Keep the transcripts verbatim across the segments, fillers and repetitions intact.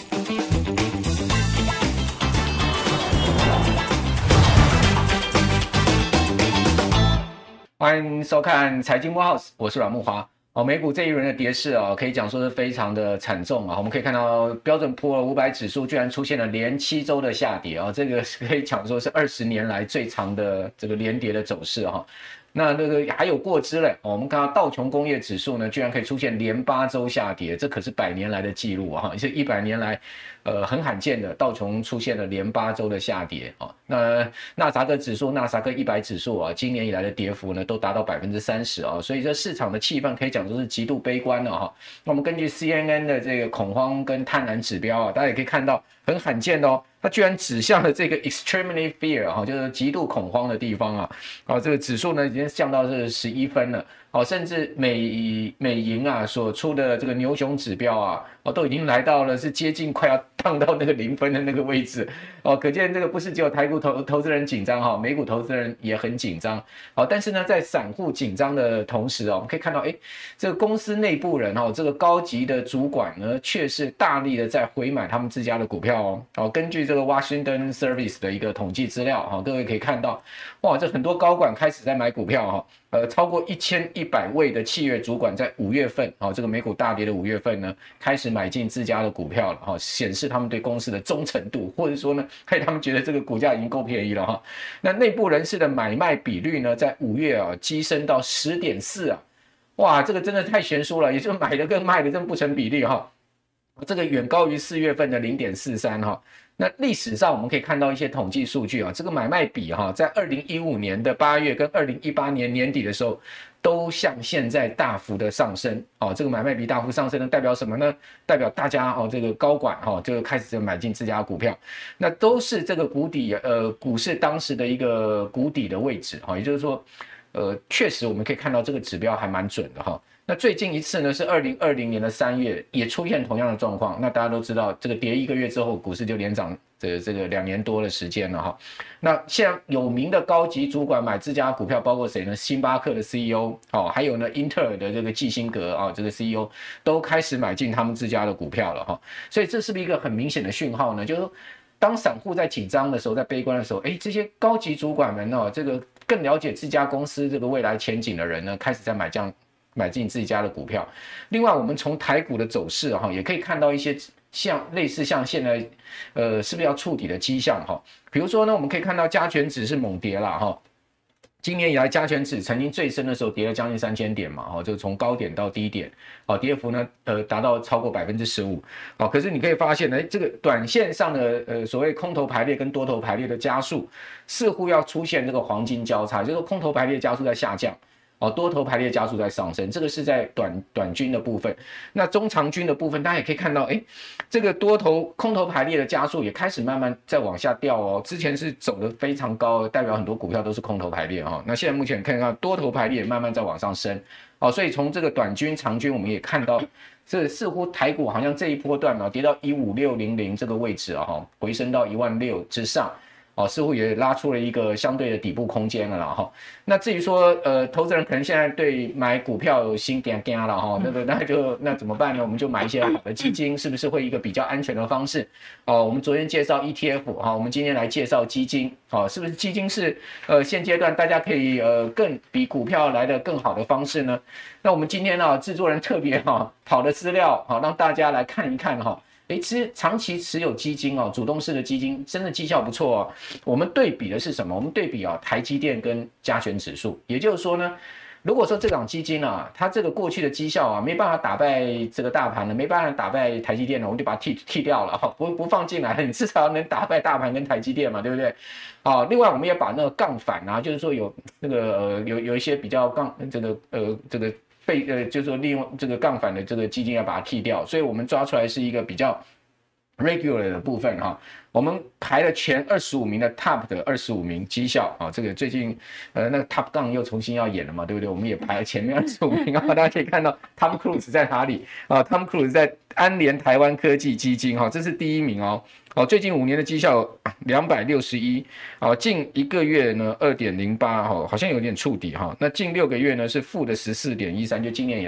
欢迎收看财经木 house， 我是阮木华。哦，美股这一轮的跌势啊，可以讲说是非常的惨重啊。我们可以看到标准普尔五百指数居然出现了连七周的下跌啊，这个可以讲说是二十年来最长的这个连跌的走势哈。那那个还有过之嘞，哦，我们看到道琼工业指数呢，居然可以出现连八周下跌，这可是百年来的记录啊，也是一百年来，呃，很罕见的道琼出现了连八周的下跌啊。那纳萨克指数、纳萨克一百指数啊，今年以来的跌幅呢，都达到百分之三十啊，所以这市场的气氛可以讲说是极度悲观了哈。那我们根据 C N N 的这个恐慌跟贪婪指标啊，大家也可以看到很罕见的哦。它居然指向了这个 extremely fear 哈，就是极度恐慌的地方啊，啊，这个指数呢已经降到是十一分了，哦，甚至美美银啊所出的这个牛熊指标啊，哦，都已经来到了是接近快要荡到那个零分的那个位置，哦，可见这个不是只有台股投投资人紧张哈，美股投资人也很紧张，好，但是呢，在散户紧张的同时啊，我们可以看到，哎，这个公司内部人哈，这个高级的主管呢，却是大力的在回买他们自家的股票哦，哦，根据这个 Washington Service 的一个统计资料哈，各位可以看到，哇，这很多高管开始在买股票哈，呃，超过一千一百位的企业主管在五月份，哦，这个美股大跌的五月份呢，开始买进自家的股票了哈，显示他们对公司的忠诚度，或者说呢，害他们觉得这个股价已经够便宜了哈。那内部人士的买卖比率呢，在五月啊，激升到 十点四 啊，哇，这个真的太悬殊了，也就是买的跟卖的真不成比例哈。这个远高于四月份的 零点四三 哈。那历史上我们可以看到一些统计数据啊，这个买卖比哈，在二零一五年的八月跟二零一八年年底的时候，都向现在大幅的上升哦。这个买卖比大幅上升呢，代表什么呢？代表大家哦，这个高管哈，这个开始买进自家股票，那都是这个谷底呃股市当时的一个谷底的位置哈，也就是说，呃，确实我们可以看到这个指标还蛮准的哈。那最近一次呢是二零二零年的三月，也出现同样的状况。那大家都知道，这个跌一个月之后，股市就连涨这这个两年多的时间了哈。那现在有名的高级主管买自家股票，包括谁呢？星巴克的 C E O 哦，还有呢英特尔的这个基辛格啊、哦，这个 C E O 都开始买进他们自家的股票了哈。所以这是不是一个很明显的讯号呢？就是说，当散户在紧张的时候，在悲观的时候，哎，这些高级主管们哦，这个更了解自家公司这个未来前景的人呢，开始在买这样。买进自己家的股票。另外，我们从台股的走势哈，也可以看到一些像类似像现在，呃，是不是要触底的迹象哈？比如说呢，我们可以看到加权指是猛跌啦哈。今年以来，加权指曾经最深的时候跌了将近三千点嘛，哈，就从高点到低点，哦，跌幅呢，呃，达到超过百分之十五，好，可是你可以发现呢，这个短线上的呃所谓空头排列跟多头排列的加速，似乎要出现这个黄金交叉，就是空头排列加速在下降。哦，多头排列加速在上升，这个是在短短均的部分。那中长均的部分，大家也可以看到，哎，这个多头空头排列的加速也开始慢慢在往下掉哦。之前是走得非常高，代表很多股票都是空头排列哈、哦。那现在目前看到多头排列慢慢在往上升，哦，所以从这个短均、长均，我们也看到，这似乎台股好像这一波段呢，跌到一五六零零这个位置啊，哈，回升到一万六之上。哦，似乎也拉出了一个相对的底部空间了啦哈。那至于说，呃，投资人可能现在对买股票有心惊惊了哈，那个那就那怎么办呢？我们就买一些好的基金，是不是会一个比较安全的方式？哦，我们昨天介绍 E T F 哈，我们今天来介绍基金，哦，是不是基金是呃现阶段大家可以呃更比股票来的更好的方式呢？那我们今天呢，制作人特别哈跑的资料，好让大家来看一看哈。诶，其实长期持有基金哦，主动式的基金真的绩效不错哦。我们对比的是什么？我们对比啊，台积电跟加权指数。也就是说呢，如果说这档基金啊，它这个过去的绩效啊，没办法打败这个大盘的，没办法打败台积电的，我们就把它剔剔掉了哈，不不放进来了。你至少能打败大盘跟台积电嘛，对不对？啊，另外我们也把那个杠杆啊，就是说有那个呃有有一些比较杠这个呃这个。被呃，就是说利用这个杠杆的这个基金要把它剔掉，所以我们抓出来是一个比较 regular 的部分哈。我们排了前二十五名的 top 的二十五名绩效啊，这个最近呃那个 Top Gun 又重新要演了嘛，对不对？我们也排了前面二十五名啊，大家可以看到 Tom Cruise 在哪里啊 ？Tom Cruise 在安联台湾科技基金哈，这是第一名哦。哦，最近五年的绩效两百六十一，哦，近一个月呢二点零八，哈，好像有点触底哈。那近六个月呢是负的十四点一三，就今年以来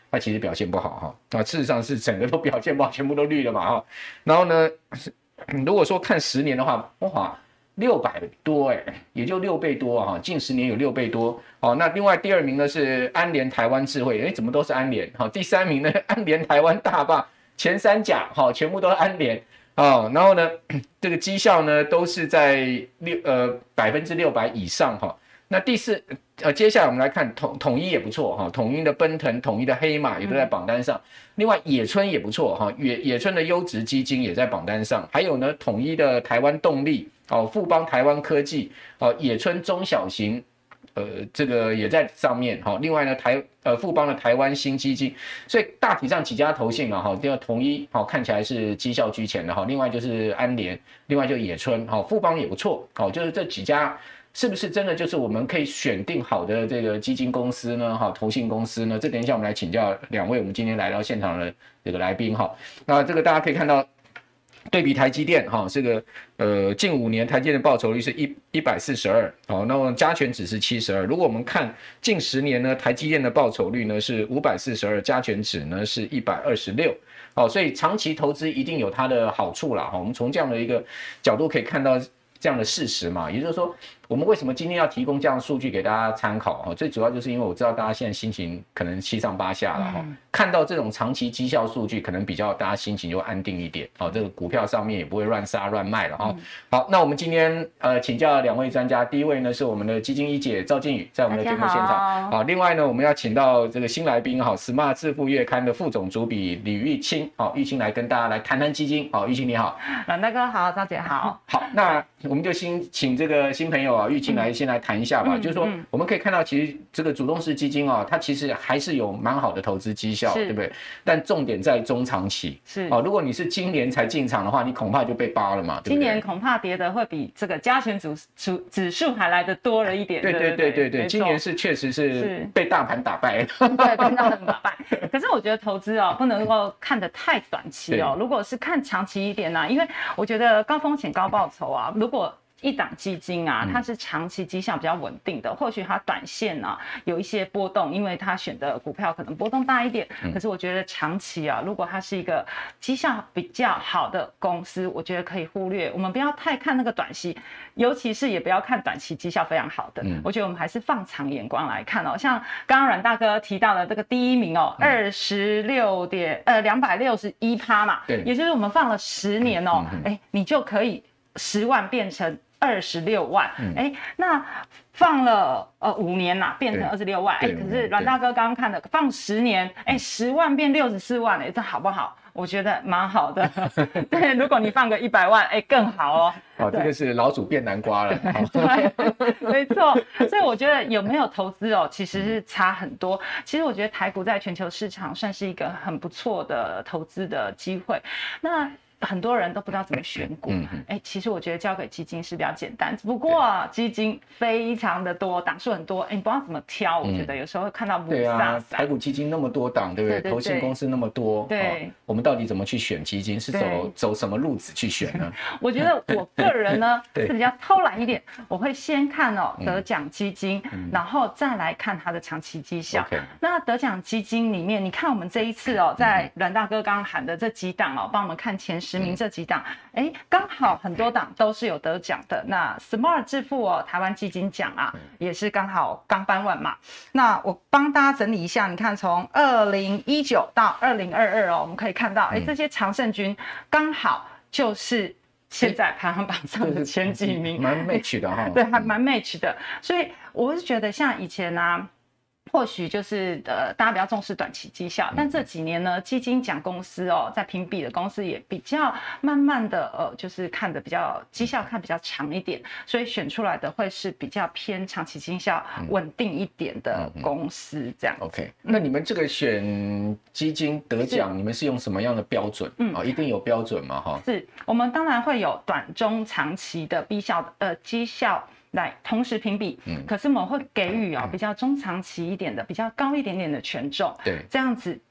它其实表现不好哈。啊，事实上是整个都表现不好，全部都绿了嘛哈。然后呢，如果说看十年的话，哇，六百多哎，也就六倍多哈，近十年有六倍多。好，那另外第二名呢是安联台湾智慧，哎，怎么都是安联？好，第三名呢安联台湾大霸，前三甲哈全部都是安联。哦，然后呢，这个绩效呢都是在六呃百分之六百以上哈。那第四呃，接下来我们来看统统一也不错哈，统一的奔腾、统一的黑马也都在榜单上。嗯、另外野村也不错哈，野野村的优质基金也在榜单上。还有呢，统一的台湾动力哦，富邦台湾科技哦，野村中小型。呃，这个也在上面哈。另外呢，台呃富邦的台湾新基金，所以大体上几家投信啊哈，第二统一好看起来是绩效居前的哈。另外就是安联，另外就野村哈，富邦也不错好，就是这几家是不是真的就是我们可以选定好的这个基金公司呢？哈，投信公司呢？这等一下我们来请教两位我们今天来到现场的这个来宾哈。那这个大家可以看到。对比台积电哈，这个呃近五年台积电的报酬率是一一百四十二，好，那么加权值是七十二。如果我们看近十年呢，台积电的报酬率呢是五百四十二，加权值呢是一百二十六，好，所以长期投资一定有它的好处啦。哈，我们从这样的一个角度可以看到这样的事实嘛，也就是说。我们为什么今天要提供这样的数据给大家参考？哈，最主要就是因为我知道大家现在心情可能七上八下了哈，嗯、看到这种长期绩效数据，可能比较大家心情就安定一点。好，这个股票上面也不会乱杀乱卖了哈。嗯、好，那我们今天呃请教两位专家，第一位呢是我们的基金一姐赵靖宇，在我们的节目现场。好，另外呢我们要请到这个新来宾哈 ，Smart 致富月刊的副总主笔李玉清，好，玉清来跟大家来谈谈基金。好，玉清你好， 阮大哥好，赵姐好。 好，那我们就先请这个新朋友啊，玉清来先来谈一下吧。嗯、就是说，我们可以看到，其实这个主动式基金啊，它其实还是有蛮好的投资绩效，对不对？但重点在中长期。是哦，如果你是今年才进场的话，你恐怕就被扒了嘛，对不对？ 今年恐怕跌的会比这个加权指数指数还来得多了一点。 对对对对对，今年是确实是被大盘打败了。 对，被大盘打败。可是我觉得投资哦，不能够看得太短期哦。如果是看长期一点呢、啊，因为我觉得高风险高报酬啊，如果一档基金啊，它是长期绩效比较稳定的，或许它短线啊有一些波动，因为它选的股票可能波动大一点。可是我觉得长期啊，如果它是一个绩效比较好的公司，我觉得可以忽略，我们不要太看那个短期，尤其是也不要看短期绩效非常好的。我觉得我们还是放长眼光来看哦。像刚刚阮大哥提到的这个第一名哦，二十六点呃两百六十一趴嘛，对，也就是我们放了十年哦，哎，你就可以十万变成二十六万，哎、嗯，那放了呃五年啦，变成二十六万，哎，可是阮大哥刚刚看的放十年，哎，十万变六十四万，哎，这好不好？我觉得蛮好的。对，如果你放个一百万，哎，更好哦。 哦，这个是老鼠变南瓜了。 对，没错。所以我觉得有没有投资哦，其实是差很多。其实我觉得台股在全球市场算是一个很不错的投资的机会。那很多人都不知道怎么选股，哎、嗯欸，其实我觉得交给基金是比较简单，只不过、啊、基金非常的多，档数很多，哎、欸，你不知道怎么挑，我觉得有时候会看到不对啊，台股基金那么多档，对不对？对对对，投信公司那么多，对、哦，我们到底怎么去选基金？是走走什么路子去选呢？ 我觉得我个人呢是比较偷懒一点，我会先看哦得奖基金，嗯、然后再来看它的长期绩效。嗯、那得奖基金里面，你看我们这一次哦，在阮大哥刚刚喊的这几档哦，帮我们看前十。十名这几档，哎，刚好很多档都是有得奖的。那 Smart 致富哦，台湾基金奖啊，也是刚好刚颁完嘛。那我帮大家整理一下，你看从二零一九到二零二二哦，我们可以看到，哎，这些常胜军刚好就是现在排行榜上的前几名， 蛮 match 的哈。 对，还蛮 match 的。所以我是觉得像以前啊。或许就是呃，大家比较重视短期绩效，但这几年呢，基金奖公司哦，在评比的公司也比较慢慢的呃，就是看的比较绩效看比较长一点，所以选出来的会是比较偏长期绩效稳定一点的公司这样。 OK， 那你们这个选基金得奖，你们是用什么样的标准？嗯，哦，一定有标准嘛哈？ 是我们当然会有短中长期的绩效呃绩效。来同时评比，可是我们会给予啊、哦、比较中长期一点的、比较高一点点的权重，对，这样子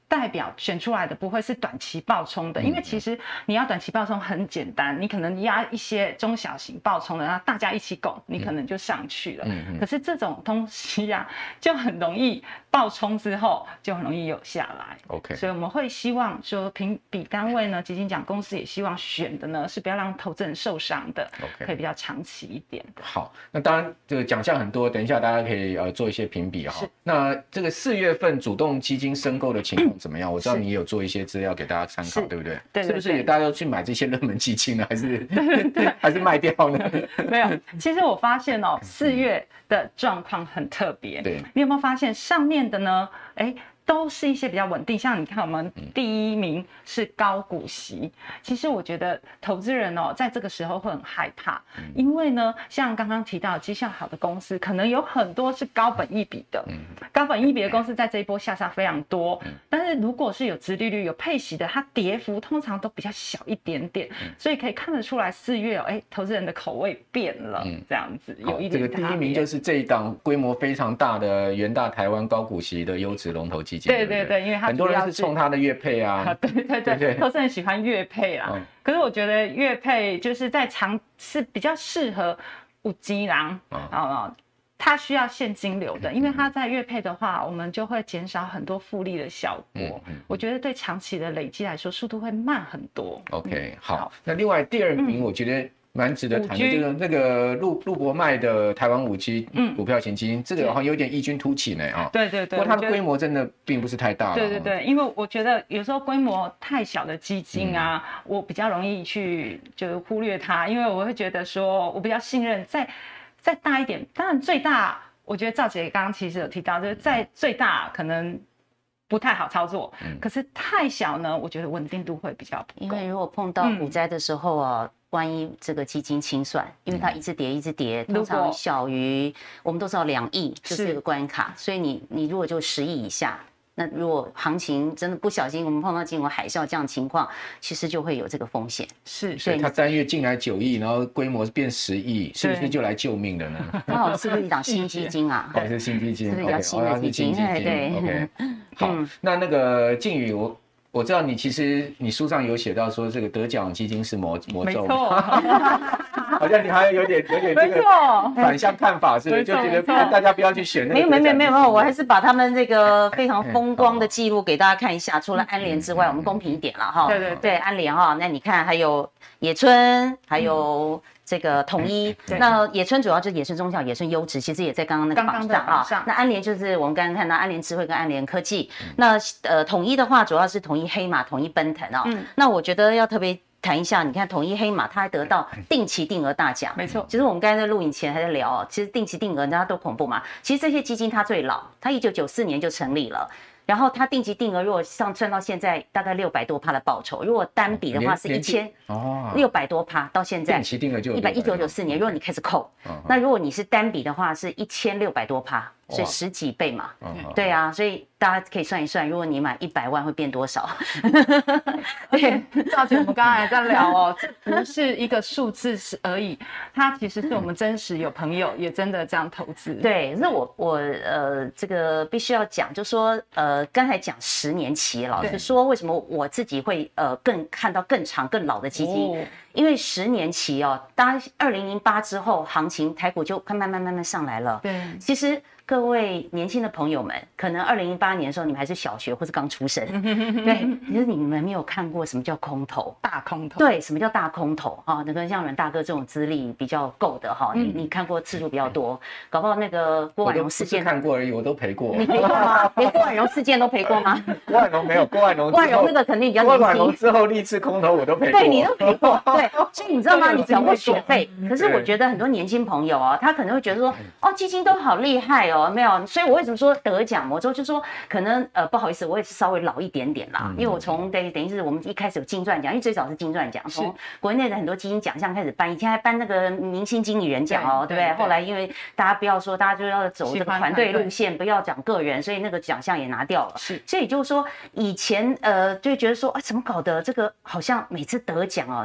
代表选出来的不会是短期暴冲的，因为其实你要短期暴冲很简单，你可能压一些中小型暴冲的，然后大家一起拱，你可能就上去了。嗯嗯、可是这种东西啊，就很容易暴冲之后就很容易有下来。 OK， 所以我们会希望说评比单位呢，基金奖公司也希望选的呢是不要让投资人受伤的， okay. 可以比较长期一点的。 好，那当然这个奖项很多，等一下大家可以呃做一些评比哈。那这个四月份主动基金申购的情况怎么样？我知道你有做一些资料给大家参考，对不对？ 对， 是不是也大家都去买这些热门基金呢？还是还是卖掉呢？ 没有，其实我发现哦，四月的状况很特别。 对， 你有没有发现上面的呢？哎。都是一些比较稳定，像你看我们第一名是高股息，其实我觉得投资人哦，在这个时候会很害怕，因为呢，像刚刚提到绩效好的公司，可能有很多是高本益比的，高本益比的公司在这一波下杀非常多，但是如果是有殖利率、有配息的，它跌幅通常都比较小一点点，所以可以看得出来四月哦，哎，投资人的口味变了，这样子有一点。 这个第一名就是这一档规模非常大的元大台湾高股息的优质龙头基金。 对对对，因为它很多人是冲它的月配啊， 对对 对, 对，投资人喜欢月配啦。嗯、可是我觉得月配就是在长是比较适合有钱人啊、嗯哦，它需要现金流的，因为它在月配的话，我们就会减少很多复利的效果。嗯嗯、我觉得对长期的累积来说，速度会慢很多。 OK， 好，好那另外第二名，我觉得。蛮值得谈的，就是那个陆陆博迈的台湾五 G 股票型基金，嗯、这个好像有点异军突起呢啊。 对对对， 不过它的规模真的并不是太大了。 对对对，因为我觉得有时候规模太小的基金啊，嗯、我比较容易去就忽略它，因为我会觉得说我比较信任再再大一点，当然最大，我觉得赵姐刚刚其实有提到，就是在最大可能。不太好操作，嗯、可是太小呢，我觉得稳定度会比较不够。 因为如果碰到股灾的时候啊，嗯、万一这个基金清算，因为它一直跌一直跌，通常小于我们都知道两亿就是一个关卡，所以你你如果就十亿以下。那如果行情真的不小心，我们碰到金融海啸这样的情况，其实就会有这个风险。 是， 所以它单月进来九亿，然后规模变十亿，是不是就来救命的呢？ 刚好是不是一档新基金啊？ 还是新基金？ 是不是比较新的基金？ 对 ，OK。好，那那个靖宇，我。我知道你其实你书上有写到说这个得奖基金是魔魔咒， 没错， 好像你还有点有点这个反向看法，是不是？就觉得大家不要去选那个。 没有没有没有没有，我还是把他们这个非常风光的记录给大家看一下。除了安联之外，我们公平一点了哈。对对对，安联哈，那你看还有野村，还有。这个统一，那野村主要就是野村中小、野村优质，其实也在刚刚那个榜上啊。那安联就是我们刚刚看到安联智慧跟安联科技。嗯、那呃统一的话，主要是统一黑马、统一奔腾啊、哦。嗯、那我觉得要特别谈一下，你看统一黑马，它还得到定期定额大奖。 没错， 其实我们刚才在录影前还在聊哦，其实定期定额大家都恐怖嘛。其实这些基金它最老，它一九九四年就成立了。然后它定期定额如果上算到现在大概六百多趴的报酬，如果单笔的话是一千哦六百多趴，到现在定期定额就一百一九九四年，如果你开始扣，那如果你是单笔的话是一千六百多趴，所以十几倍嘛，对啊，所以大家可以算一算，如果你买一百万会变多少？ 对，赵姐，我们刚刚还在聊哦，这不是一个数字是而已，它其实是我们真实有朋友也真的这样投资。 对，那我我呃这个必须要讲，就说呃刚才讲十年期，老实说，为什么我自己会呃更看到更长更老的基金？哦、因为十年期哦，当二零零八之后，行情台股就慢慢慢慢慢上来了。对，其实。各位年轻的朋友们，可能二零零八年的时候，你们还是小学或是刚出生，对，可是你们没有看过什么叫空头， 大空头， 对，什么叫大空头啊？那个像阮大哥这种资历比较够的哈，你你看过次数比较多，搞不好那个郭婉容事件看过而已，我都赔过。 你赔过吗？连郭婉容事件都赔过吗？ 郭婉容没有，郭婉容， 郭婉容那个肯定比较年轻。 郭婉容之后历次空头我都赔过， 对，你都赔过，对，所以你知道吗？你缴过学费，可是我觉得很多年轻朋友啊，他可能会觉得说，哦，基金都好厉害哦，没有，所以我。为什么说得奖魔咒？就说可能呃不好意思，我也是稍微老一点点啦，嗯、因为我从等等于是我们一开始有金钻奖，因为最早是金钻奖，从国内的很多基金奖项开始颁，以前还颁那个明星经理人奖哦，对不 对, 对, 对？后来因为大家不要说，大家就要走这个团队路线，不要讲个人，所以那个奖项也拿掉了。是，所以就是说以前呃就觉得说啊怎么搞的，这个好像每次得奖哦，前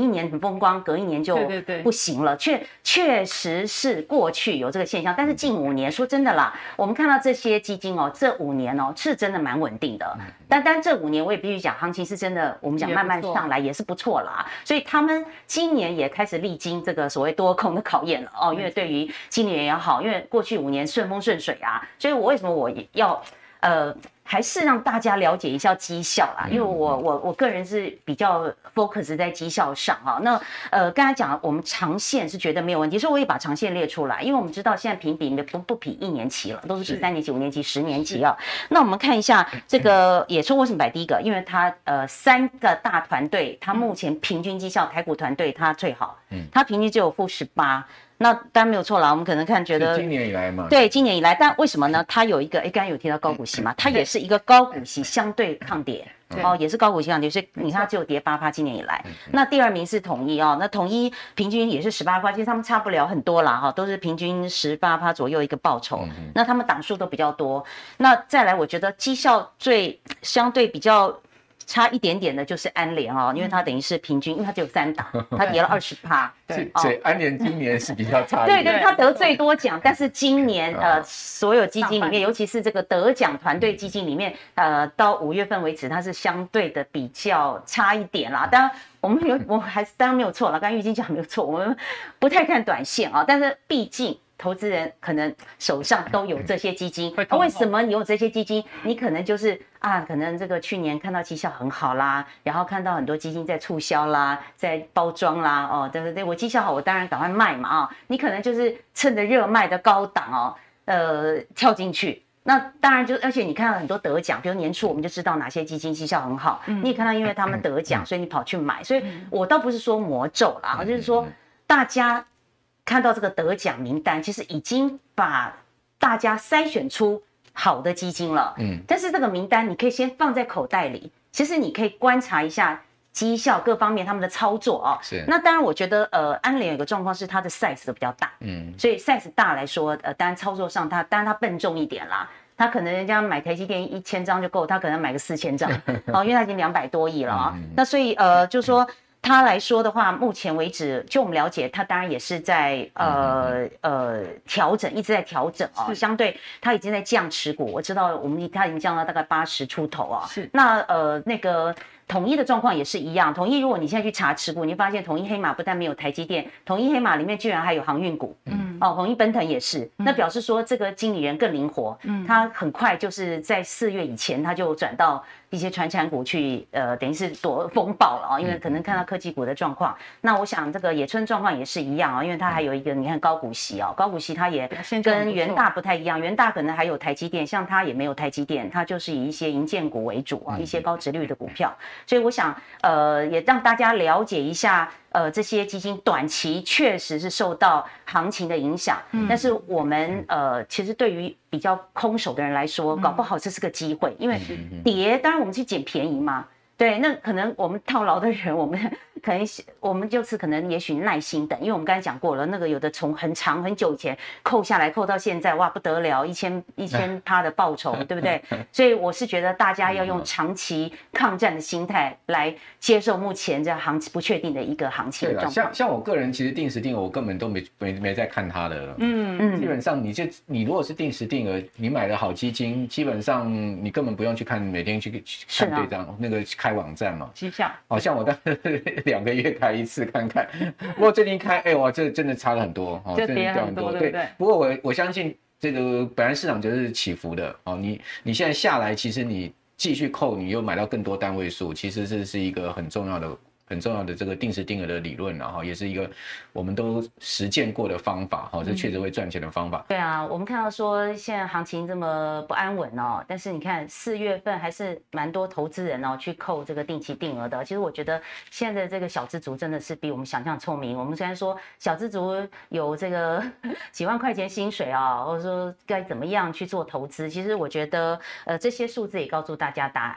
一年很风光，隔一年就不行了。确确实是过去有这个现象，但是近五年说真的啦，我们看到这些基金哦，这五年哦是真的蛮稳定的。但但这五年我也必须讲，行情是真的，我们讲慢慢上来也是不错啦。所以他们今年也开始历经这个所谓多空的考验了哦，因为对于今年也好，因为过去五年顺风顺水啊，所以我为什么我要呃。还是让大家了解一下绩效啦，因为我我我个人是比较 focus 在绩效上哈。那呃，刚才讲我们长线是觉得没有问题，所以我也把长线列出来，因为我们知道现在评比不不比一年期了，都是比三年期、五年期、十年期啊。那我们看一下这个野村为什么摆第一个？因为它呃三个大团队，它目前平均绩效台股团队它最好，它平均只有负十八。那当然没有错啦，我们可能看觉得今年以来嘛， 对，今年以来，但为什么呢？它有一个，哎，刚才有提到高股息嘛，它也是一个高股息相对抗跌，哦，也是高股息抗跌，所以你看它只有跌八趴，今年以来。那第二名是统一哦，那统一平均也是十八趴，其实他们差不了很多啦，哈，都是平均十八趴左右一个报酬。那他们档数都比较多。那再来，我觉得绩效最相对比较差一点点的就是安联哦，因为它等于是平均，因为它只有三档，它跌了二十趴。 对，所以安联今年是比较差。 对对，它得最多奖，但是今年呃，所有基金里面，尤其是这个得奖团队基金里面，呃，到五月份为止，它是相对的比较差一点啦。当然，我们有，我还是当然没有错了，刚刚郁金讲没有错，我们不太看短线啊，但是毕竟。投资人可能手上都有这些基金，啊、为什么你有这些基金？你可能就是啊，可能这个去年看到绩效很好啦，然后看到很多基金在促销啦，在包装啦，哦，对对对，我绩效好，我当然赶快卖嘛啊、哦，你可能就是趁着热卖的高档哦，呃，跳进去。那当然就，而且你看到很多得奖，比如年初我们就知道哪些基金绩效很好，嗯、你也看到因为他们得奖，所以你跑去买。所以我倒不是说魔咒啦，嗯、就是说大家。看到这个得奖名单，其实已经把大家筛选出好的基金了。嗯，但是这个名单你可以先放在口袋里，其实你可以观察一下绩效各方面他们的操作哦。是。那当然，我觉得呃，安联有个状况是它的 size 都比较大，嗯，所以 size 大来说，呃，当然操作上它当然它笨重一点啦。他可能人家买台积电一千张就够，他可能买个四千张哦，因为他已经两百多亿了啊、哦。那所以呃，就说。他来说的话，目前为止，就我们了解，他当然也是在呃呃调整，一直在调整哦。相对他已经在降持股，我知道我们他已经降到大概八十出头啊。是。那呃那个统一的状况也是一样，统一如果你现在去查持股，你会发现统一黑马不但没有台积电，统一黑马里面居然还有航运股。嗯。哦，统一奔腾也是，那表示说这个经理人更灵活，嗯，他很快就是在四月以前他就转到。一些传产股去，呃，等于是躲风暴了啊、哦，因为可能看到科技股的状况。那我想这个野村状况也是一样啊、哦，因为它还有一个你看高股息啊、哦，高股息它也跟元大不太一样，元大可能还有台积电，像它也没有台积电，它就是以一些营建股为主啊，一些高殖率的股票。所以我想，呃，也让大家了解一下。呃，这些基金短期确实是受到行情的影响，嗯、但是我们呃，其实对于比较空手的人来说，搞不好这是个机会，因为跌，当然我们去捡便宜嘛，对，那可能我们套牢的人，我们可能我们就是可能也许耐心等，因为我们刚才讲过了，那个有的从很长很久以前扣下来，扣到现在，哇不得了，一千一千趴的报酬，对不对？所以我是觉得大家要用长期抗战的心态来接受目前这行情不确定的一个行情状况。 像像我个人其实定时定额，我根本都没没没在看它的了。嗯嗯，基本上你就你如果是定时定额，你买的好基金，基本上你根本不用去看每天去看对账、啊、那个开网站嘛， 绩效。 好、哦、像我当时两个月开一次看看，不过最近开，哎、欸、哇，这真的差了很多， 哦，就跌很多，对不对？ 不过我我相信这个本来市场就是起伏的，哦，你你现在下来，其实你继续扣，你又买到更多单位数，其实这是一个很重要的。很重要的这个定时定额的理论，然后也是一个我们都实践过的方法，哈，这确实会赚钱的方法。 对啊，我们看到说现在行情这么不安稳哦，但是你看四月份还是蛮多投资人哦去扣这个定期定额的。其实我觉得现在这个小资族真的是比我们想象聪明。我们虽然说小资族有这个几万块钱薪水啊，或者说该怎么样去做投资，其实我觉得呃这些数字也告诉大家答案。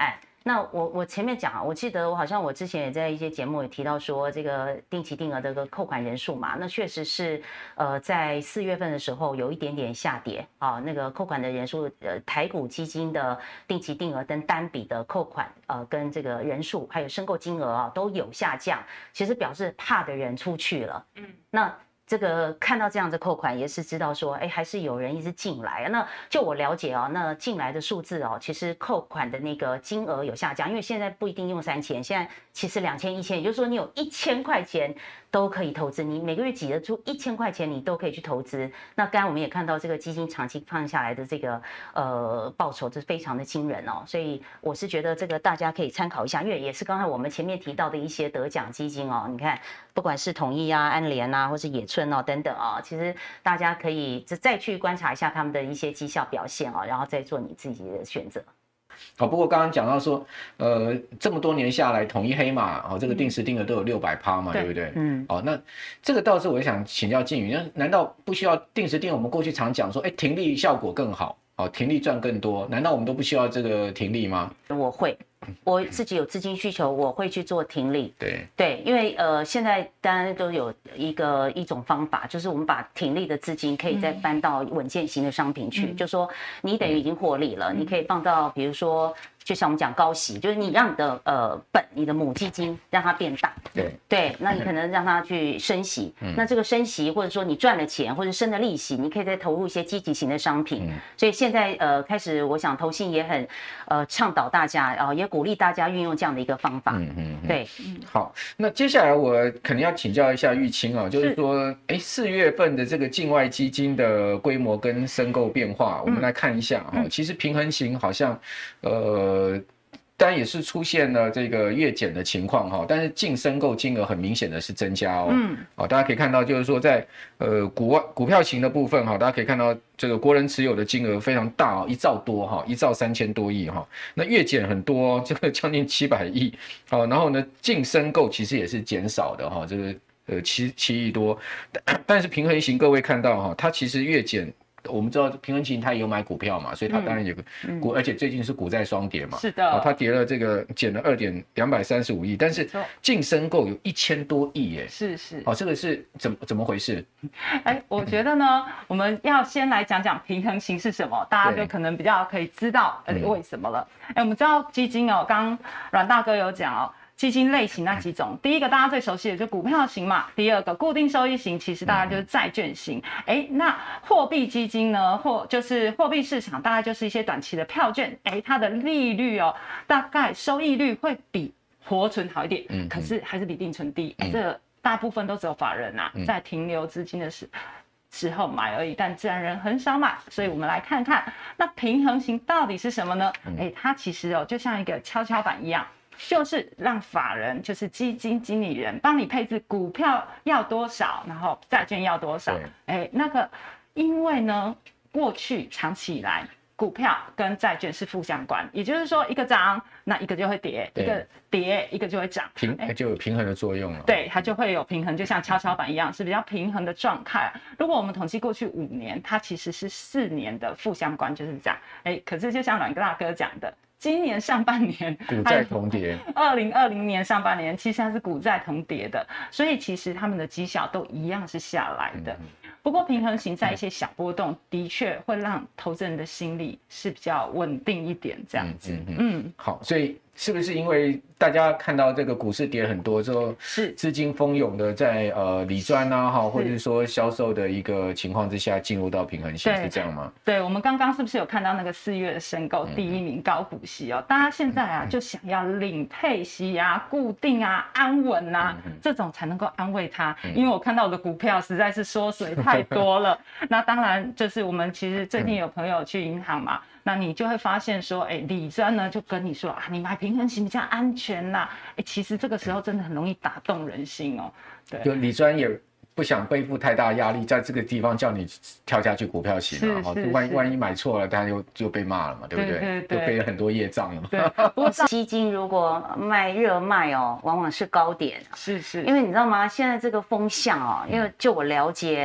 那我我前面讲啊，我记得我好像我之前也在一些节目也提到说，这个定期定额的个扣款人数嘛，那确实是呃在四月份的时候有一点点下跌啊，那个扣款的人数，呃台股基金的定期定额跟单笔的扣款呃跟这个人数还有申购金额啊都有下降，其实表示怕的人出去了，嗯，那。这个看到这样的扣款，也是知道说，哎，还是有人一直进来。那就我了解哦，那进来的数字哦，其实扣款的那个金额有下降，因为现在不一定用三千，现在其实两千、一千，也就是说你有一千块钱都可以投资，你每个月挤得出一千块钱，你都可以去投资。那刚刚我们也看到这个基金长期放下来的这个呃报酬，这非常的惊人哦。所以我是觉得这个大家可以参考一下，因为也是刚才我们前面提到的一些得奖基金哦，你看不管是统一啊、安联啊，或是野村哦等等哦，其实大家可以再去观察一下他们的一些绩效表现哦，然后再做你自己的选择。 好，不过刚刚讲到说，呃，这么多年下来，统一黑马哦，这个定时定额都有六百趴嘛，嗯、对不对？嗯。哦，那这个倒是我想请教靖宇，那难道不需要定时定额？我们过去常讲说，哎，停利效果更好，哦，停利赚更多，难道我们都不需要这个停利吗？ 我会。我自己有资金需求，我会去做停利。 对对，因为呃，现在当然都有一个一种方法，就是我们把停利的资金可以再搬到稳健型的商品去，嗯、就说你等于已经获利了，嗯、你可以放到比如说。就像我们讲高息，就是你让你的呃本，你的母基金让它变大， 对对，那你可能让它去升息，嗯、那这个升息或者说你赚了钱或者生了利息，你可以再投入一些积极型的商品。嗯、所以现在呃开始，我想投信也很呃倡导大家，呃也鼓励大家运用这样的一个方法。嗯嗯，对，嗯。 好，那接下来我可能要请教一下玉清啊，就是说，哎，四月份的这个境外基金的规模跟申购变化，我们来看一下啊。嗯、其实平衡型好像呃。呃，当然也是出现了这个月减的情况哈，但是净申购金额很明显的是增加哦。嗯，好，大家可以看到，就是说在呃股外股票型的部分哈，大家可以看到这个国人持有的金额非常大哦，一兆多哈，一兆三千多亿哈。那月减很多，这个将近七百亿。好，然后呢，净申购其实也是减少的哈，这个呃七七亿多，但是平衡型各位看到哈，它其实月减。我们知道平衡型它也有买股票嘛，所以它当然有个股，嗯、而且最近是股债双跌嘛， 是的， 哦，它跌了这个减了二点两百三十五亿，但是净申购有一千多亿耶， 是是， 哦，这个是怎么怎么回事？ 哎，我觉得呢，我们要先来讲讲平衡型是什么，大家就可能比较可以知道呃为什么了。哎、嗯，我们知道基金哦，刚刚阮大哥有讲哦。基金类型那几种，第一个大家最熟悉的就股票型嘛，第二个固定收益型，其实大概就是债券型。哎，那货币基金呢，或就是货币市场，大概就是一些短期的票券，哎，它的利率哦，大概收益率会比活存好一点，嗯，可是还是比定存低。嗯、这大部分都只有法人啊，在停留资金的时时候买而已，但自然人很少买，所以我们来看看那平衡型到底是什么呢？哎，它其实哦，就像一个跷跷板一样。就是让法人，就是基金经理人帮你配置股票要多少，然后债券要多少。哎，那个，因为呢，过去长期以来，股票跟债券是负相关，也就是说，一个涨，那一个就会跌；一个跌，一个就会涨， 平就有平衡的作用了。 对，它就会有平衡，就像跷跷板一样，是比较平衡的状态。如果我们统计过去五年，它其实是四年的负相关，就是这样。哎，可是就像阮大哥讲的。今年上半年股债同跌， 二零二零年上半年其实它是股债同跌的，所以其实他们的绩效都一样是下来的。嗯、不过平衡型在一些小波动，的确会让投资人的心理是比较稳定一点，这样子。嗯, 嗯, 嗯好，所以是不是因为大家看到这个股市跌很多之后，是资金蜂涌的在呃理专啊哈，或者是说销售的一个情况之下进入到平衡型，是这样吗？ 对，我们刚刚是不是有看到那个四月的申购第一名高股息哦？嗯、大家现在啊就想要领配息啊、固定啊、安稳啊、嗯、这种才能够安慰他，嗯、因为我看到我的股票实在是缩水太多了。那当然就是我们其实最近有朋友去银行嘛。嗯那你就会发现说，哎，理专呢就跟你说啊，你买平衡型比较安全啦。哎，其实这个时候真的很容易打动人心哦。对， 就理专也不想背负太大压力，在这个地方叫你跳下去股票型啊，万一万一买错了，他就就被骂了嘛，对不对？对对对，就背了很多业障了。 对，不过基金如果卖热卖哦，往往是高点。 是是， 因为你知道吗？现在这个风向哦，因为就我了解。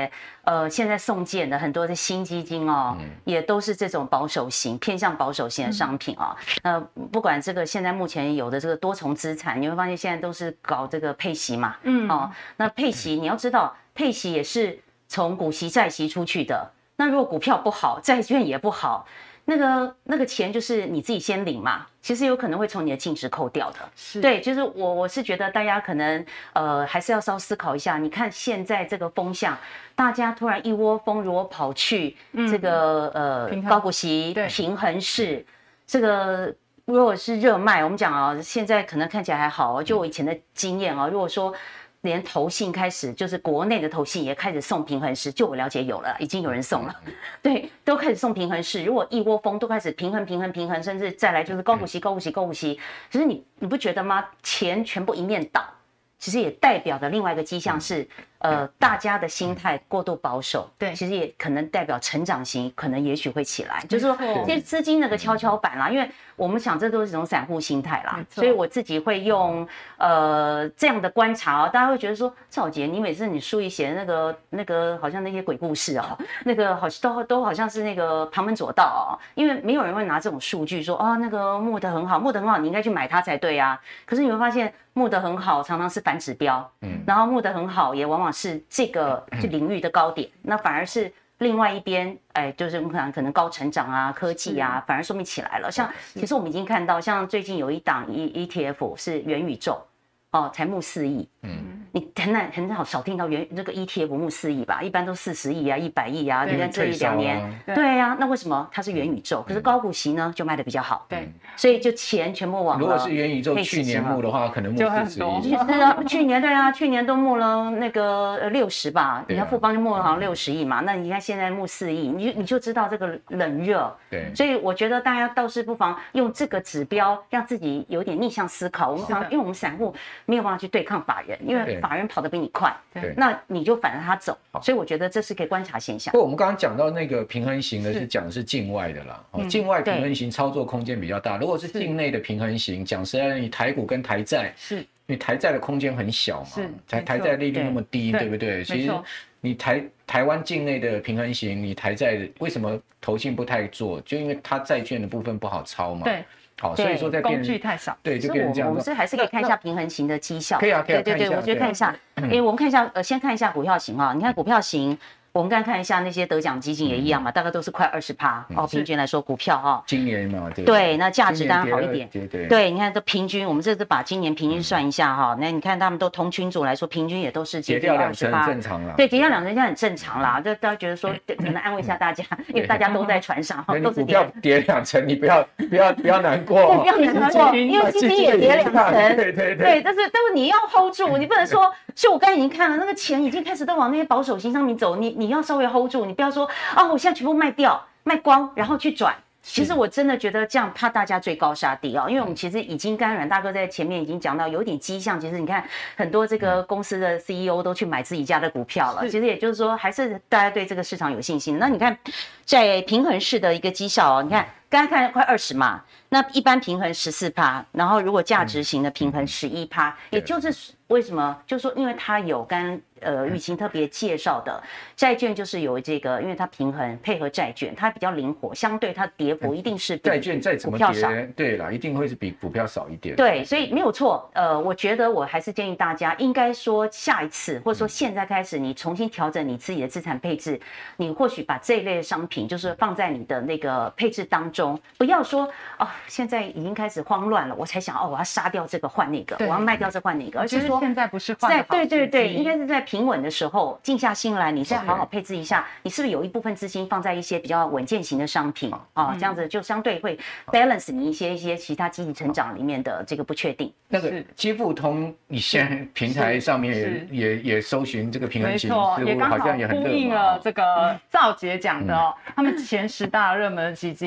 呃，现在送件的很多的新基金哦，嗯、也都是这种保守型、偏向保守型的商品哦。那、嗯呃、不管这个现在目前有的这个多重资产，你会发现现在都是搞这个配息嘛，嗯，哦，那配息你要知道，配息也是从股息、债息出去的。那如果股票不好，债券也不好。那个那个钱就是你自己先领嘛，其实有可能会从你的净值扣掉的。是，对，就是我我是觉得大家可能呃还是要稍思考一下。你看现在这个风向，大家突然一窝蜂如果跑去这个、嗯、呃高股息平衡式，这个如果是热卖，我们讲啊，现在可能看起来还好，就我以前的经验啊，如果说。连投信开始，就是国内的投信也开始送平衡式，就我了解有了，已经有人送了，对，都开始送平衡式。如果一窝蜂都开始平衡、平衡、平衡，甚至再来就是高股息、高股息、高股息，其实你你不觉得吗？钱全部一面倒，其实也代表的另外一个迹象是，呃，大家的心态过度保守，对，其实也可能代表成长型可能也许会起来，就是说，其实资金那个跷跷板啦，因为我们想这都是一种散户心态啦，所以我自己会用呃这样的观察哦，大家会觉得说，赵姐，你每次你书里写的那个那个好像那些鬼故事哦，那个好像都都好像是那个旁门左道哦，因为没有人会拿这种数据说哦那个募得很好，募得很好，你应该去买它才对啊，可是你会发现募得很好常常是反指标，嗯，然后募得很好也往往是这个就领域的高点，那反而是另外一边，哎，就是我们可能可能高成长啊、科技啊，反而说明起来了。像其实我们已经看到，像最近有一档 E E T F 是元宇宙，哦，才募四亿，嗯，你很难很少少听到元这个 E T F 募四亿吧？一般都四十亿啊、一百亿啊，你看这一两年，对呀、啊，那为什么它是元宇宙？可是高股息呢就卖得比较好，对，所以就钱全部往了。 如果是元宇宙去年募的话，可能募四十亿。 是啊，去年对啊，去年都募了那个六十吧，你看富邦就募了好像六十亿嘛，那你看现在募四亿，你就你就知道这个冷热。对，所以我觉得大家倒是不妨用这个指标让自己有点逆向思考。我们常因为我们散户没有办法去对抗法人，因为法人跑得比你快，对，那你就反着他走，所以我觉得这是可以观察现象。 不过我们刚刚讲到那个平衡型的是讲的是境外的啦，哦，境外平衡型操作空间比较大。如果是境内的平衡型，讲实在，你台股跟台债，是，你台债的空间很小嘛，台台债利率那么低，对不对？其实你台台湾境内的平衡型，你台债为什么投信不太做？就因为它债券的部分不好抄嘛。对。好，所以说在工具太少， 对，就变成这样。 我们是还是可以看一下平衡型的绩效。 可以啊，可以啊， 对对对，我觉得看一下。哎，我们看一下，呃，先看一下股票型啊。你看股票型，我们刚才看一下那些得奖基金也一样嘛，大概都是快二十趴哦，平均来说股票哈。 今年嘛，对。 对，那价值当然好一点。 对对。 对，你看这平均，我们这次把今年平均算一下哈。那你看他们都同群组来说，平均也都是跌掉两成，正常啦。 对，跌掉两成，这很正常啦。就大家觉得说，可能安慰一下大家，因为大家都在船上，都是跌跌两成，你不要不要不要难过， 不要难过，因为基金也跌两成。 对对对。 对，但是但是你要 hold 住，你不能说，就我刚才已经看了，那个钱已经开始都往那些保守型商品走，你你要稍微 hold 住。你不要说啊、哦，我现在全部卖掉卖光，然后去转。其实我真的觉得这样怕大家追高杀低哦，因为我们其实已经刚才阮大哥在前面已经讲到有点迹象，其实你看很多这个公司的 C E O 都去买自己家的股票了，其实也就是说还是大家对这个市场有信心。那你看在平衡式的一个绩效哦，你看刚才看快二十嘛，那一般平衡十四趴，然后如果价值型的平衡十一趴，也就是为什么？就是说因为它有跟呃雨晴特别介绍的债券，就是有这个，因为它平衡配合债券，它比较灵活，相对它跌幅一定是比债券再怎么跌，对啦，一定会是比股票少一点。 对，所以没有错。呃，我觉得我还是建议大家，应该说下一次或者说现在开始，你重新调整你自己的资产配置，你或许把这一类的商品就是放在你的那个配置当中，不要说哦，现在已经开始慌乱了，我才想哦，我要杀掉这个换那个，我要卖掉这换那个，而是说现在不是换的好对对对，应该是在平稳的时候静下心来，你再好好配置一下，你是不是有一部分资金放在一些比较稳健型的商品啊？这样子就相对会 balance 你一些一些其他积极成长里面的这个不确定。 那个基富通，你现在平台上面也也也搜寻这个平衡型， 也刚好呼应了这个赵杰讲的哦，他们前十大热门的基金啊，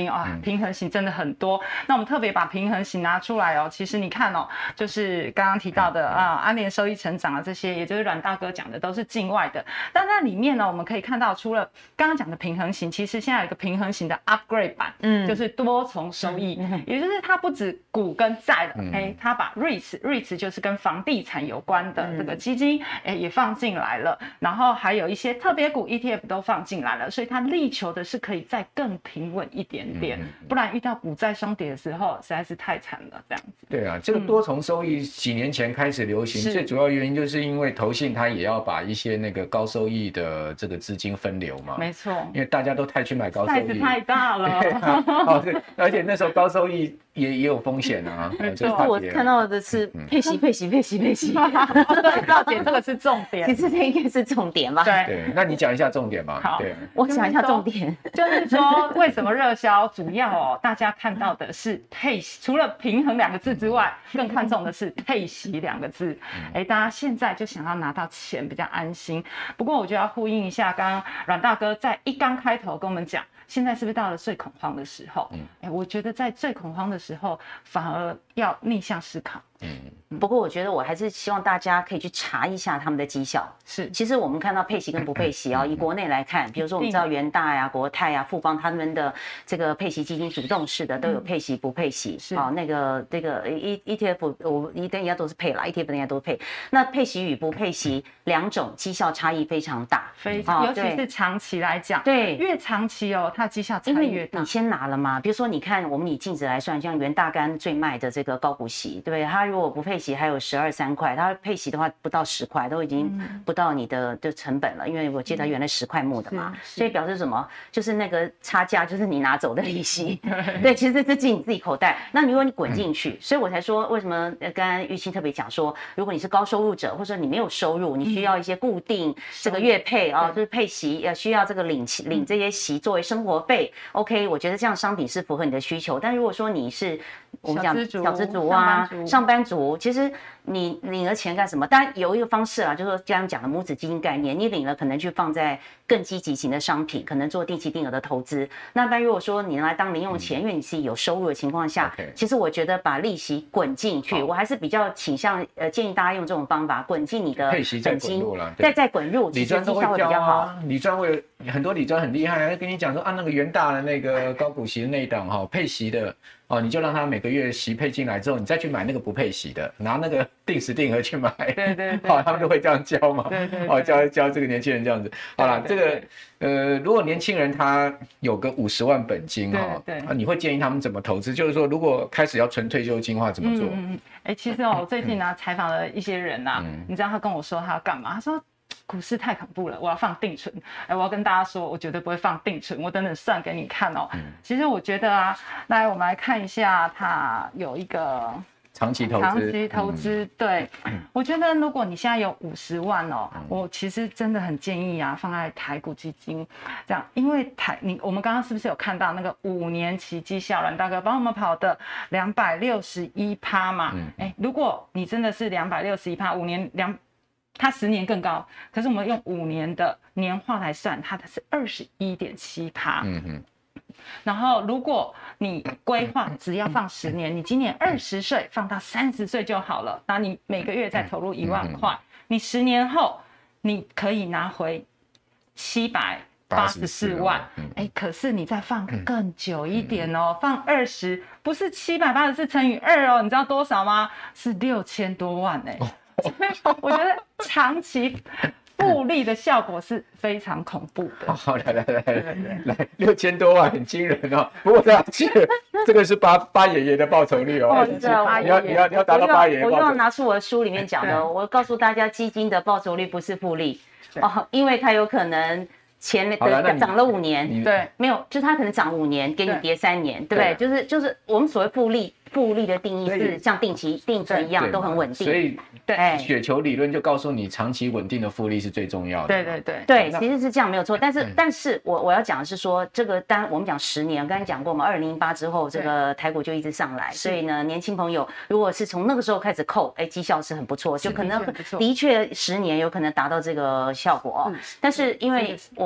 平衡型真的很多。那我们特别把平衡型拿出来哦，其实你看哦，就是刚刚提到的啊，安联收益成长啊这些，也就是阮大哥讲的都是境外的。但在里面呢，我们可以看到，除了刚刚讲的平衡型，其实现在有一个平衡型的 upgrade 版，嗯，就是多重收益，嗯、也就是它不止股跟债了，哎、嗯，它把 REITs REITs 就是跟房地产有关的这个基金，哎、嗯，也放进来了，然后还有一些特别股 E T F 都放进来了，所以它力求的是可以再更平稳一点点，嗯、不然遇到股债双跌的时候实在是太惨了，这样子。 对啊，这个多重收益几年前开始流行，嗯、最主要原因就是因为投信它也要把一些那个高收益的这个资金分流嘛。 没错， 因为大家都太去买高收益， 袋子太大了。 哦，对，而且那时候高收益也也有风险啊。 没错，我看到的是配息、配息、配息、配息。 对，赵姐，这个是重点。 其实这应该是重点吧？ 对对，那你讲一下重点吧。 好， 对， 我讲一下重点， 就是说为什么热销，主要哦，大家看到的是配息，除了平衡两个字之外，更看重的是配息两个字。哎，大家现在就想要拿到钱比较安心。不过我就要呼应一下，刚刚阮大哥在一刚开头跟我们讲，现在是不是到了最恐慌的时候？嗯，我觉得在最恐慌的时候，反而要逆向思考。 嗯，不过我觉得我还是希望大家可以去查一下他们的绩效。 是， 其实我们看到配息跟不配息啊、哦，以国内来看，比如说我们知道元大呀、国泰呀、富邦他们的这个配息基金主动式的都有配息不配息。是啊、哦，那个这个 E E T F 我一定要都是配啦 ，E T F 应该都配。那配息与不配息两种绩效差异非常大， 非常，尤其是长期来讲， 对， 越长期哦，它绩效差异越大。 你先拿了嘛，比如说你看我们以净值来算，像元大干最卖的这个高股息，对不对？它如果不配息还有十二三块，它配息的话不到十块，都已经不到你的的成本了，因为我记得它原来十块募的嘛，所以表示什么？就是那个差价就是你拿走的利息，对，其实是进你自己口袋。那如果你滚进去，所以我才说为什么刚刚玉清特别讲说，如果你是高收入者，或者说你没有收入，你需要一些固定这个月配啊、哦，就是配息，呃，需要这个领领这些息作为生活费。OK， 我觉得这样商品是符合你的需求。但如果说你是我们讲小资族啊，上班族，其实你领了钱干什么？当然有一个方式啊，就是说刚刚讲的母子基金概念，你领了可能去放在更积极型的商品，可能做定期定额的投资。那但如果说你拿来当零用钱，因为你自己有收入的情况下， okay. 其实我觉得把利息滚进去，我还是比较倾向呃建议大家用这种方法滚进你的本金，再再滚入， 理专都会教啊。理专会很多理专很厉害，跟你讲说啊，那个元大的那个高股息的那一档哈，配息的。哦，你就让他每个月息配进来之后，你再去买那个不配息的，拿那个定时定额去买。 对对对。 好、哦，他们都会这样教嘛。 对 对, 對。 哦，教教这个年轻人这样子。好了，这个呃，如果年轻人他有个五十万本金哈、哦，对, 對、啊，你会建议他们怎么投资？就是说，如果开始要存退休金的话，怎么做？ 嗯嗯。哎，其实哦，我最近呢、啊、采访了一些人呐、啊嗯，你知道他跟我说他要干嘛？他说。股市太恐怖了，我要放定存。哎，我要跟大家说，我绝对不会放定存，我等等算给你看哦。嗯、其实我觉得啊，来我们来看一下，它有一个长期投资。 长期投资，嗯、对、嗯，我觉得如果你现在有五十万哦、嗯，我其实真的很建议啊，放在台股基金这样，因为台你我们刚刚是不是有看到那个五年期绩效，阮大哥帮我们跑的两百六十一趴嘛？哎、嗯，如果你真的是两百六十一趴，五年两。它十年更高，可是我们用五年的年化来算，它的是二十一点七趴。嗯嗯。然后，如果你规划只要放十年，你今年二十岁放到三十岁就好了，那你每个月再投入一万块，你十年后你可以拿回七百八十四万。哎，可是你再放更久一点哦，放二十，不是七百八十四乘以二哦，你知道多少吗？是六千多万哎。我觉得长期复利的效果是非常恐怖的。 好，来来来来来，六千多万很惊人哦。不过大家记得，这个是八八爷爷的报酬率哦。 哦，是啊， 你要你要你要达到八爷爷。 我又要拿出我的书里面讲的，我告诉大家，基金的报酬率不是复利哦，因为它有可能。前的涨了五年，对，没有，就是它可能涨五年，给你跌三年，对不对？就是就是我们所谓复利，复利的定义是像定期定存一样，都很稳定。 所以，对雪球理论就告诉你，长期稳定的复利是最重要的。 对对对对，其实是这样没有错。但是但是我我要讲的是说，这个当我们讲十年，我刚才讲过嘛，二零零八之后，这个台股就一直上来，所以呢，年轻朋友如果是从那个时候开始扣，哎，绩效是很不错，就可能的确十年有可能达到这个效果哦。但是因为我们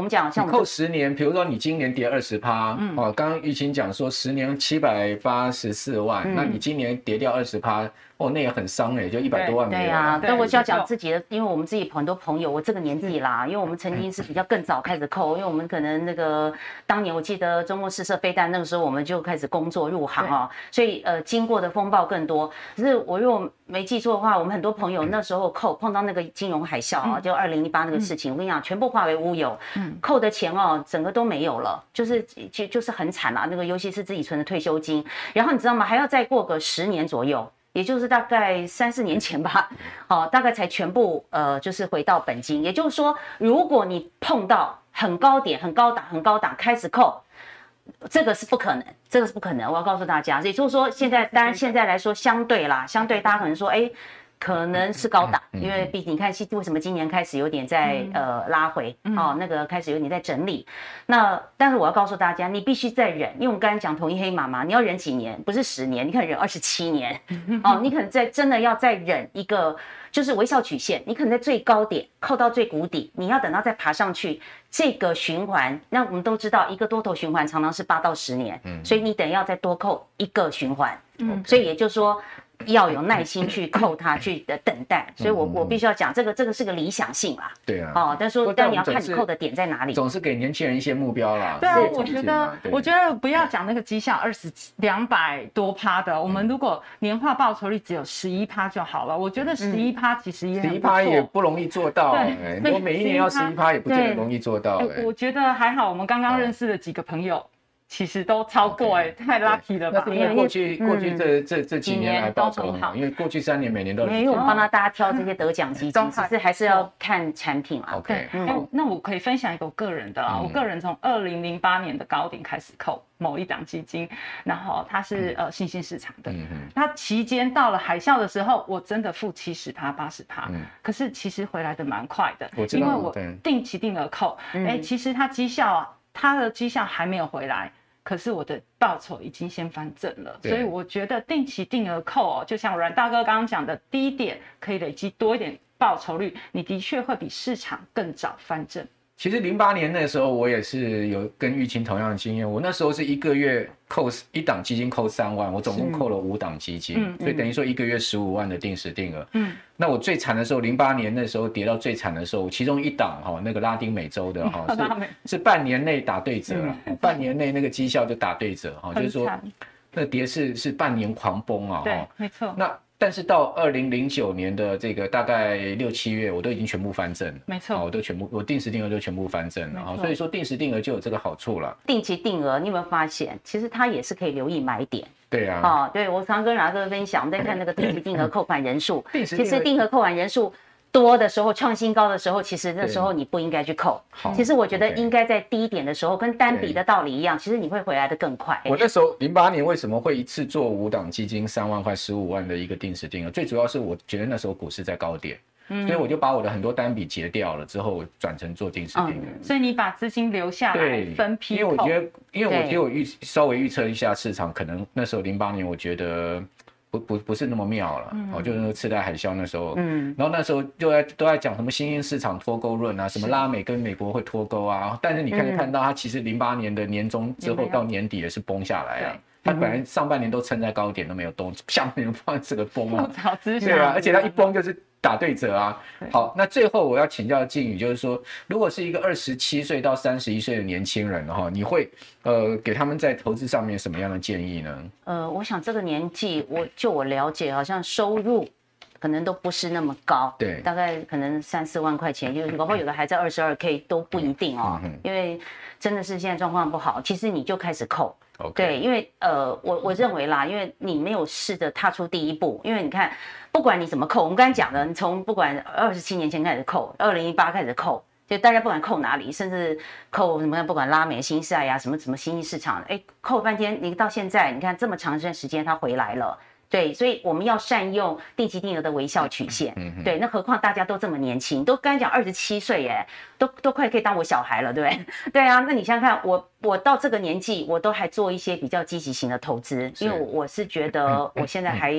们讲像我们扣十年，比如说你今年跌二十趴，哦，刚刚玉清讲说十年七百八十四万，嗯、那你今年跌掉二十趴。哦，那也很伤哎，就一百多万没有。 对啊，但我就要讲自己的，因为我们自己很多朋友，我这个年纪啦，因为我们曾经是比较更早开始扣，因为我们可能那个当年我记得中共试射飞弹那个时候，我们就开始工作入行哦，所以呃经过的风暴更多。可是我如果没记错的话，我们很多朋友那时候扣碰到那个金融海啸啊，就二零零八那个事情，我跟你讲，全部化为乌有，扣的钱哦，整个都没有了，就是就就是很惨啦。那个尤其是自己存的退休金，然后你知道吗？还要再过个十年左右。也就是大概三四年前吧，哦，大概才全部呃，就是回到本金。也就是说，如果你碰到很高点、很高档、很高档开始扣，这个是不可能，这个是不可能。我要告诉大家，也就是说，现在当然现在来说相对啦，相对大家可能说，哎。可能是高档，因为毕竟你看，为什么今年开始有点在呃拉回哦，那个开始有点在整理。那但是我要告诉大家，你必须再忍，因为我们刚才讲统一黑马嘛，你要忍几年？不是十年，你可能忍二十七年哦，你可能在真的要再忍一个，就是微笑曲线，你可能在最高点扣到最谷底，你要等到再爬上去，这个循环，那我们都知道，一个多头循环常常是八到十年，所以你等要再多扣一个循环，嗯，所以也就是说。要有耐心去扣它，去等待，所以我我必须要讲这个，这个是个理想性啦。 对啊， 哦，但是说，但你要看你扣的点在哪里。 总是给年轻人一些目标啦。 对啊，我觉得，我觉得不要讲那个绩效二十两百多趴的，我们如果年化报酬率只有十一趴就好了。我觉得十一趴其实也十一趴也不容易做到，哎，我每一年要十一趴也不见得容易做到。 我觉得还好，我们刚刚认识的几个朋友。其实都超过哎、欸， okay, 太 lucky 了吧？ 因为过去、嗯、过去这这这几年来报酬很好，因为过去三年每年都有。 因为我们帮他大家挑这些得奖基金，其实还是要看产品嘛。 OK， 嗯欸、那我可以分享一个我个人的啦，嗯、我个人从二零零八年的高点开始扣某一档基金，然后它是、嗯、呃新兴市场的，嗯、它期间到了海啸的时候，我真的负七十趴、八十趴，可是其实回来的蛮快的，因为我定期定额扣，哎、欸，其实它绩效啊，它的绩效还没有回来。可是我的报酬已经先翻正了，所以我觉得定期定额扣哦，就像阮大哥刚刚讲的，低点可以累积多一点报酬率，你的确会比市场更早翻正。 其实零八年那时候我也是有跟玉清同样的经验，我那时候是一个月扣一档基金扣三万，我总共扣了五档基金，嗯、所以等于说一个月十五万的定时定额。嗯，那我最惨的时候，零八年那时候跌到最惨的时候，其中一档哈、哦，那个拉丁美洲的哈、哦、是是半年内打对折了，嗯、半年内那个绩效就打对折哈、哦，就是说那个跌势是半年狂崩啊， 对，没错。 那但是到二零零九年的这个大概六七月，我都已经全部翻正了， 没错， 我都全部我定时定额都全部翻正了，所以说定时定额就有这个好处了。 定期定额，你有没有发现，其实它也是可以留意买点？ 对啊， 哦，对我常跟阮哥分享，我们在看那个定期定额扣款人数，其实定额扣款人数多的时候，创新高的时候，其实那时候你不应该去扣。其实我觉得应该在低点的时候，跟单笔的道理一样，其实你会回来的更快。 我那时候零八年为什么会一次做五档基金三万块十五万的一个定时定额？最主要是我觉得那时候股市在高点。嗯、所以我就把我的很多单笔结掉了，之后转成做定时定额、嗯。 所以你把资金留下来分批扣。 因为我觉得，因为我觉得我预稍微预测一下市场，可能那时候零八年我觉得不不不是那么妙了。嗯、哦，就是那个次贷海啸那时候，嗯，然后那时候就在都在讲什么新兴市场脱钩论啊，什么拉美跟美国会脱钩啊。但是你看就看到它其实零八年的年中之后到年底也是崩下来啊。它本来上半年都撑在高点都没有动，下半年放这个崩啊，对啊，而且它一崩就是打对折啊。好，那最后我要请教靖宇，就是说，如果是一个二十七岁到三十一岁的年轻人哈，你会呃给他们在投资上面什么样的建议呢？ 呃，我想这个年纪，我就我了解，好像收入可能都不是那么高， 对， 大概可能三四万块钱，就是搞不好有的还在二十二 K 都不一定哦，嗯、因为真的是现在状况不好，其实你就开始扣。 Okay. 对，因为呃，我我认为啦，因为你没有试着踏出第一步，因为你看，不管你怎么扣，我们刚才讲的，你从不管二十七年前开始扣，二零一八开始扣，就大家不管扣哪里，甚至扣什么，不管拉美、新赛呀，什么什么新兴市场，哎，扣半天，你到现在，你看这么长一段时间，它回来了。对，所以我们要善用定期定额的微笑曲线。嗯、对，那何况大家都这么年轻，都刚才讲二十七岁耶，都都快可以当我小孩了，对不对？对啊，那你想想看，我我到这个年纪，我都还做一些比较积极型的投资，因为我我是觉得我现在还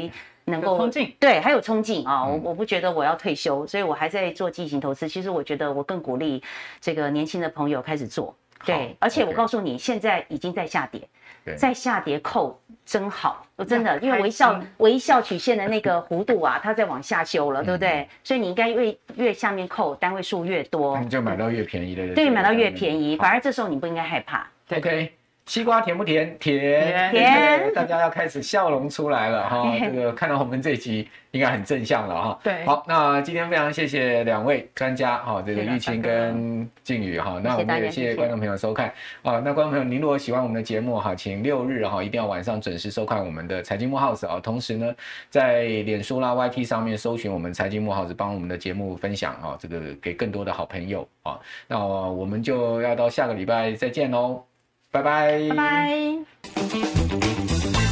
能够冲劲， 对，还有冲劲啊！我我不觉得我要退休，所以我还在做记忆型投资。其实我觉得我更鼓励这个年轻的朋友开始做。对，而且我告诉你，现在已经在下跌，在下跌扣真好，真的，因为微笑微笑曲线的那个弧度啊，它在往下修了，对不对？所以你应该越越下面扣单位数越多， 你就买到越便宜的。 对，买到越便宜，反而这时候你不应该害怕。 OK。西瓜甜不甜？甜甜， 大家要开始笑容出来了哈。这个看到我们这一集应该很正向了哈。 对， 好，那今天非常谢谢两位专家哈，这个玉清跟靖宇哈。那我们也谢谢观众朋友收看啊。那观众朋友，您如果喜欢我们的节目哈，请六日哈一定要晚上准时收看我们的财经木 house 啊。同时呢，在脸书啦、Y T 上面搜寻我们财经木 house， 帮我们的节目分享啊，这个给更多的好朋友啊。那我们就要到下个礼拜再见喽。拜拜， 拜拜。